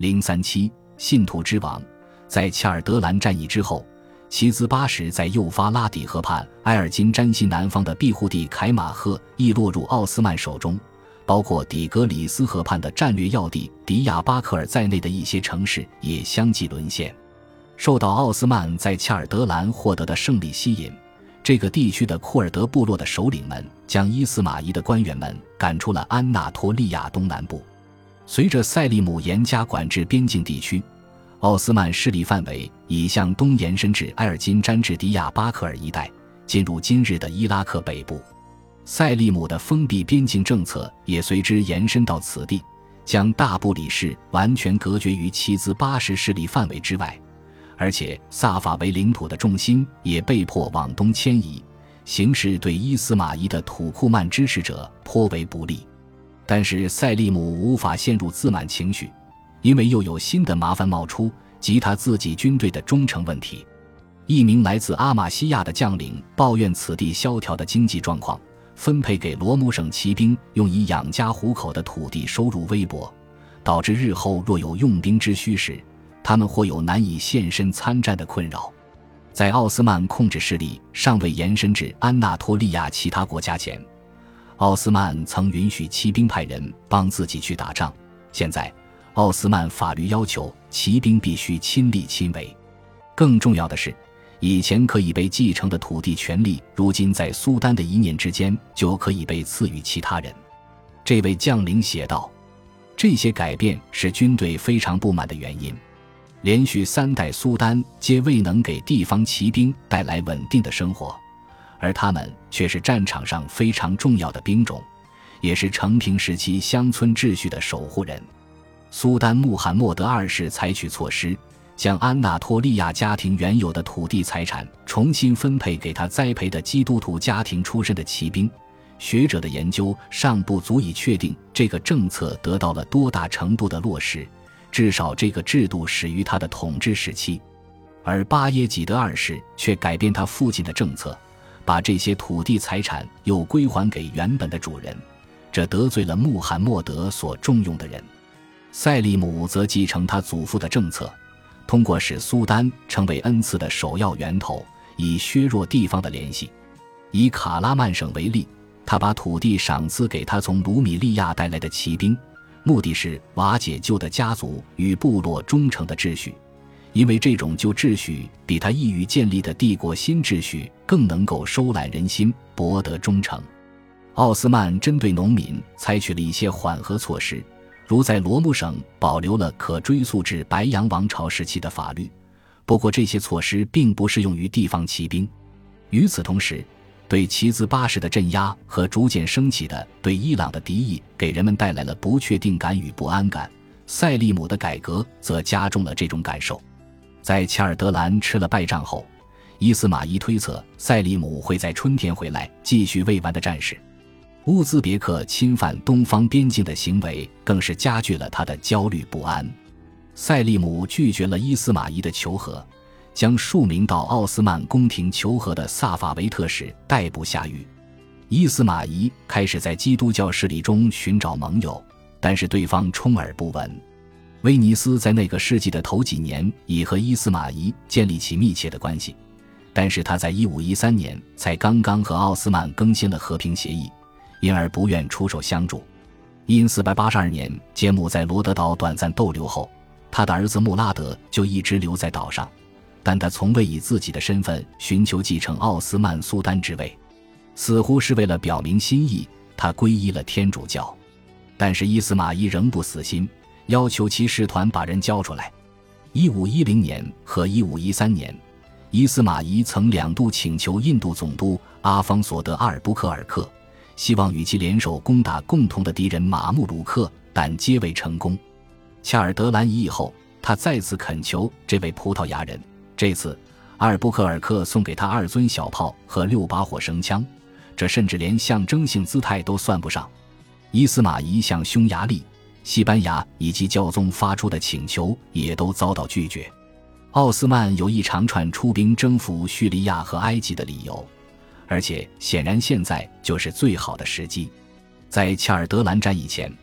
037信徒之王。在恰尔德兰战役之后，齐兹巴什在幼发拉底河畔埃尔金占西南方的庇护地凯马赫亦落入奥斯曼手中，包括底格里斯河畔的战略要地迪亚巴克尔在内的一些城市也相继沦陷。受到奥斯曼在恰尔德兰获得的胜利吸引，这个地区的库尔德部落的首领们将伊斯玛仪的官员们赶出了安纳托利亚东南部。随着塞利姆严加管制边境地区，奥斯曼势力范围已向东延伸至埃尔金詹至迪亚巴克尔一带，进入今日的伊拉克北部。塞利姆的封闭边境政策也随之延伸到此地，将大布里士完全隔绝于齐兹巴什势力范围之外，而且萨法维领土的重心也被迫往东迁移，形势对伊斯玛仪的土库曼支持者颇为不利。但是塞利姆无法陷入自满情绪，因为又有新的麻烦冒出，即他自己军队的忠诚问题。一名来自阿玛西亚的将领抱怨此地萧条的经济状况，分配给罗姆省骑兵用以养家糊口的土地收入微薄，导致日后若有用兵之需时，他们或有难以现身参战的困扰。在奥斯曼控制势力尚未延伸至安纳托利亚其他国家前，奥斯曼曾允许骑兵派人帮自己去打仗，现在奥斯曼法律要求骑兵必须亲力亲为。更重要的是，以前可以被继承的土地权利，如今在苏丹的一念之间就可以被赐予其他人。这位将领写道，这些改变是军队非常不满的原因。连续3代苏丹皆未能给地方骑兵带来稳定的生活，而他们却是战场上非常重要的兵种，也是承平时期乡村秩序的守护人。苏丹穆罕默德2世采取措施，将安纳托利亚家庭原有的土地财产重新分配给他栽培的基督徒家庭出身的骑兵。学者的研究尚不足以确定这个政策得到了多大程度的落实，至少这个制度始于他的统治时期。而巴耶济德2世却改变他父亲的政策，把这些土地财产又归还给原本的主人，这得罪了穆罕默德所重用的人。塞利姆则继承他祖父的政策，通过使苏丹成为恩赐的首要源头，以削弱地方的联系。以卡拉曼省为例，他把土地赏赐给他从卢米利亚带来的骑兵，目的是瓦解旧的家族与部落忠诚的秩序，因为这种旧秩序比他意欲建立的帝国新秩序更能够收揽人心，博得忠诚。奥斯曼针对农民采取了一些缓和措施，如在罗姆省保留了可追溯至白羊王朝时期的法律，不过这些措施并不适用于地方骑兵。与此同时，对齐兹巴什的镇压和逐渐升起的对伊朗的敌意给人们带来了不确定感与不安感，塞利姆的改革则加重了这种感受。在恰尔德兰吃了败仗后，伊斯玛仪推测塞利姆会在春天回来继续未完的战事。乌兹别克侵犯东方边境的行为更是加剧了他的焦虑不安。塞利姆拒绝了伊斯玛仪的求和，将数名到奥斯曼宫廷求和的萨法维特使逮捕下狱。伊斯玛仪开始在基督教势力中寻找盟友，但是对方充耳不闻。威尼斯在那个世纪的头几年已和伊斯玛仪建立起密切的关系，但是他在1513年才刚刚和奥斯曼更新了和平协议，因而不愿出手相助。因482年杰姆在罗德岛短暂逗留后，他的儿子穆拉德就一直留在岛上，但他从未以自己的身份寻求继承奥斯曼苏丹之位，似乎是为了表明心意，他皈依了天主教。但是伊斯玛仪仍不死心，要求其使团把人交出来。1510年和1513年，伊斯玛仪曾2度请求印度总督阿方索德阿尔布克尔克，希望与其联手攻打共同的敌人马穆鲁克，但皆未成功。恰尔德兰一役后，他再次恳求这位葡萄牙人，这次阿尔布克尔克送给他2尊小炮和6把火绳枪，这甚至连象征性姿态都算不上。伊斯玛仪向匈牙利、西班牙以及教宗发出的请求也都遭到拒绝。奥斯曼有一长串出兵征服叙利亚和埃及的理由，而且显然现在就是最好的时机。在恰尔德兰战役前，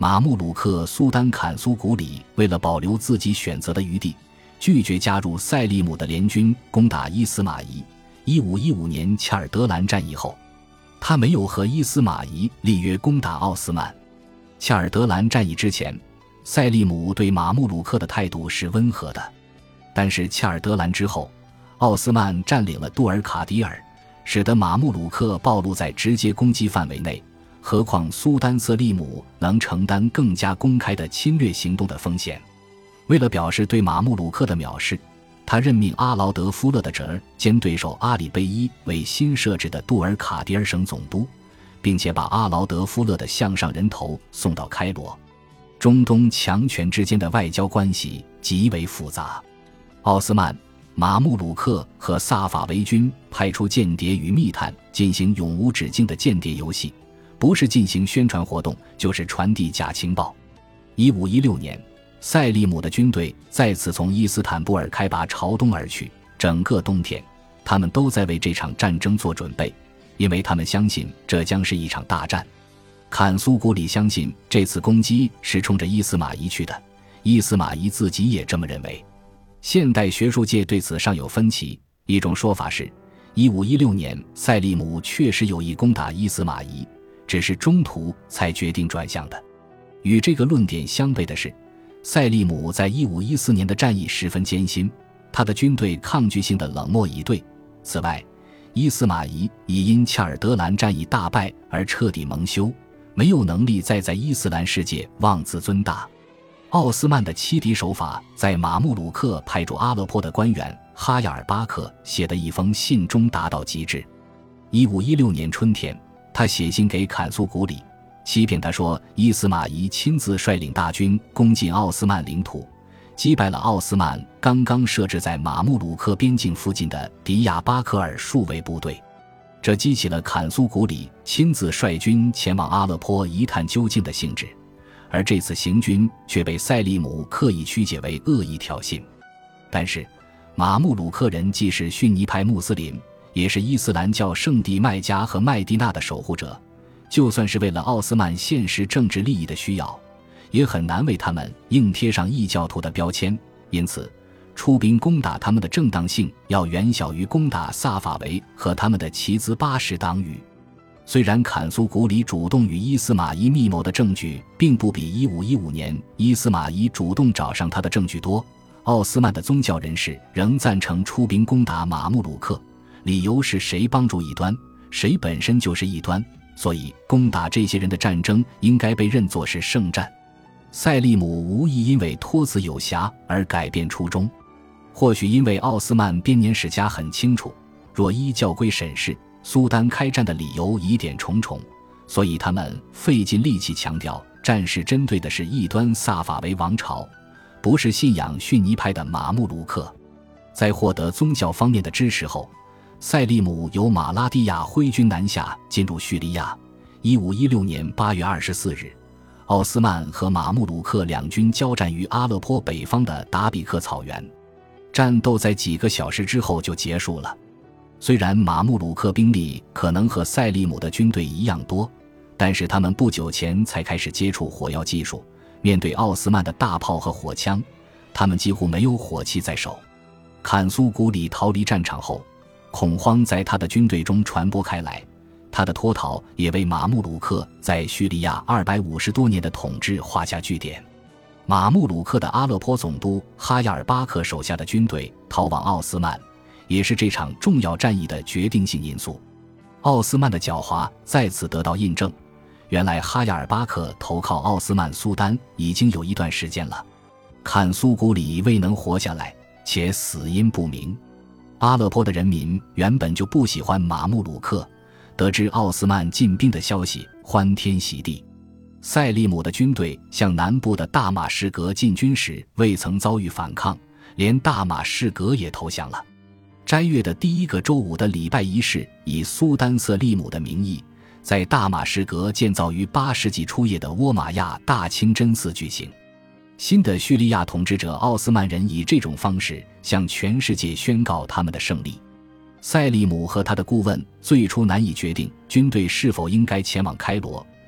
马穆鲁克苏丹坎苏古里为了保留自己选择的余地，拒绝加入塞利姆的联军攻打伊斯马仪。1515年恰尔德兰战役后，他没有和伊斯马仪立约攻打奥斯曼。恰尔德兰战役之前，塞利姆对马穆鲁克的态度是温和的，但是恰尔德兰之后，奥斯曼占领了杜尔卡迪尔，使得马穆鲁克暴露在直接攻击范围内，何况苏丹瑟利姆能承担更加公开的侵略行动的风险。为了表示对马穆鲁克的藐视，他任命阿劳德夫勒的侄儿兼对手阿里贝伊为新设置的杜尔卡迪尔省总督，并且把阿劳德夫勒的项上人头送到开罗。中东强权之间的外交关系极为复杂，奥斯曼、马穆鲁克和萨法维军派出间谍与密探进行永无止境的间谍游戏，不是进行宣传活动，就是传递假情报。1516年，塞利姆的军队再次从伊斯坦布尔开拔朝东而去，整个冬天他们都在为这场战争做准备，因为他们相信这将是一场大战。坎苏古里相信这次攻击是冲着伊斯马仪去的，伊斯马仪自己也这么认为。现代学术界对此尚有分歧，一种说法是1516年塞利姆确实有意攻打伊斯马仪，只是中途才决定转向的。与这个论点相悖的是，塞利姆在1514年的战役十分艰辛，他的军队抗拒性的冷漠以对。此外，伊斯马仪已因恰尔德兰战役大败而彻底蒙羞，没有能力再在伊斯兰世界妄自尊大。奥斯曼的欺敌手法在马穆鲁克派驻阿勒颇的官员哈亚尔巴克写的一封信中达到极致。1516年春天，他写信给坎苏古里，欺骗他说伊斯马仪亲自率领大军攻进奥斯曼领土，击败了奥斯曼刚刚设置在马穆鲁克边境附近的迪亚巴克尔数维部队。这激起了坎苏古里亲自率军前往阿勒颇一探究竟的兴致，而这次行军却被塞利姆刻意曲解为恶意挑衅。但是马穆鲁克人既是逊尼派穆斯林，也是伊斯兰教圣地麦加和麦地那的守护者，就算是为了奥斯曼现实政治利益的需要，也很难为他们硬贴上异教徒的标签，因此出兵攻打他们的正当性要远小于攻打萨法维和他们的齐兹巴什党羽。虽然坎苏古里主动与伊斯马仪密谋的证据并不比1515年伊斯马仪主动找上他的证据多，奥斯曼的宗教人士仍赞成出兵攻打马穆鲁克，理由是谁帮助异端，谁本身就是异端，所以攻打这些人的战争应该被认作是圣战。塞利姆无意因为托辞有瑕而改变初衷，或许因为奥斯曼编年史家很清楚，若依教规审视，苏丹开战的理由疑点重重，所以他们费尽力气强调战事针对的是异端萨法维王朝，不是信仰逊尼派的马穆鲁克。在获得宗教方面的支持后，塞利姆由马拉蒂亚挥军南下进入叙利亚。1516年8月24日，奥斯曼和马穆鲁克两军交战于阿勒颇北方的达比克草原，战斗在几个小时之后就结束了。虽然马穆鲁克兵力可能和塞利姆的军队一样多，但是他们不久前才开始接触火药技术，面对奥斯曼的大炮和火枪，他们几乎没有火器在手。坎苏古里逃离战场后，恐慌在他的军队中传播开来，他的脱逃也为马穆鲁克在叙利亚250多年的统治画下句点。马穆鲁克的阿勒颇总督哈亚尔巴克手下的军队逃往奥斯曼，也是这场重要战役的决定性因素。奥斯曼的狡猾再次得到印证，原来哈亚尔巴克投靠奥斯曼苏丹已经有一段时间了。坎苏古里未能活下来，且死因不明。阿勒颇的人民原本就不喜欢马穆鲁克，得知奥斯曼进兵的消息，欢天喜地。塞利姆的军队向南部的大马士革进军时未曾遭遇反抗，连大马士革也投降了。斋月的第一个周五的礼拜仪式以苏丹瑟利姆的名义，在大马士革建造于8世纪初叶的沃玛亚大清真寺举行。新的叙利亚统治者奥斯曼人以这种方式向全世界宣告他们的胜利。塞利姆和他的顾问最初难以决定军队是否应该前往开罗，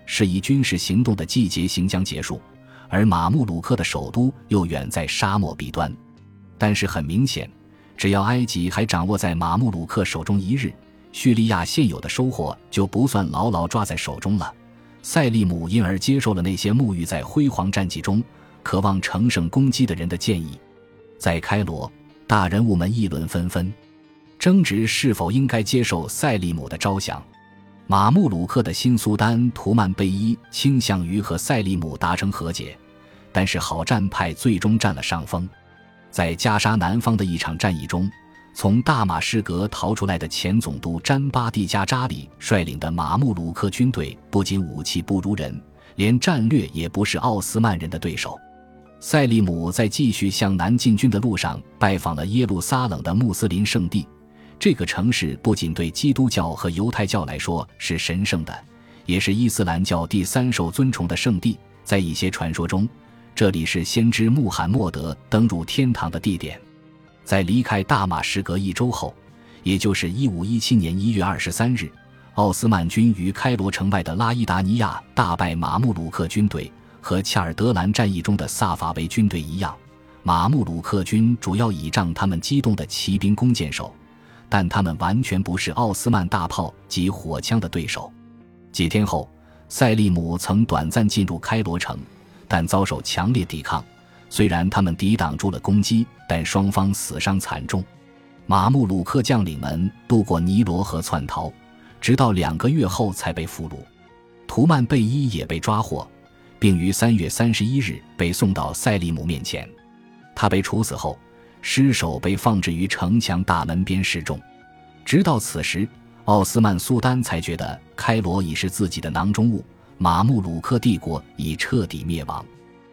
适宜军事行动的季节行将结束，而马穆鲁克的首都又远在沙漠彼端。但是很明显，只要埃及还掌握在马穆鲁克手中一日，叙利亚现有的收获就不算牢牢抓在手中了。塞利姆因而接受了那些沐浴在辉煌战绩中渴望乘胜攻击的人的建议。在开罗，大人物们议论纷纷，争执是否应该接受塞利姆的招降。马穆鲁克的新苏丹图曼贝伊倾向于和塞利姆达成和解，但是好战派最终占了上风。在加沙南方的一场战役中，从大马士革逃出来的前总督詹巴蒂加扎里率领的马穆鲁克军队不仅武器不如人，连战略也不是奥斯曼人的对手。塞利姆在继续向南进军的路上拜访了耶路撒冷的穆斯林圣地，这个城市不仅对基督教和犹太教来说是神圣的，也是伊斯兰教第3受尊崇的圣地。在一些传说中，这里是先知穆罕默德登入天堂的地点。在离开大马士革1周后，也就是1517年1月23日，奥斯曼军于开罗城外的拉伊达尼亚大败马穆鲁克军队。和恰尔德兰战役中的萨法维军队一样，马穆鲁克军主要倚仗他们机动的骑兵弓箭手，但他们完全不是奥斯曼大炮及火枪的对手。几天后，塞利姆曾短暂进入开罗城，但遭受强烈抵抗。虽然他们抵挡住了攻击，但双方死伤惨重。马穆鲁克将领们渡过尼罗河窜逃，直到2个月后才被俘虏。图曼贝伊也被抓获，并于3月31日被送到塞利姆面前。他被处死后，尸首被放置于城墙大门边示众。直到此时，奥斯曼苏丹才觉得开罗已是自己的囊中物，马穆鲁克帝国已彻底灭亡。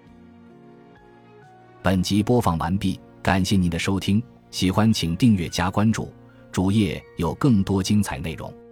本集播放完毕，感谢您的收听，喜欢请订阅加关注，主页有更多精彩内容。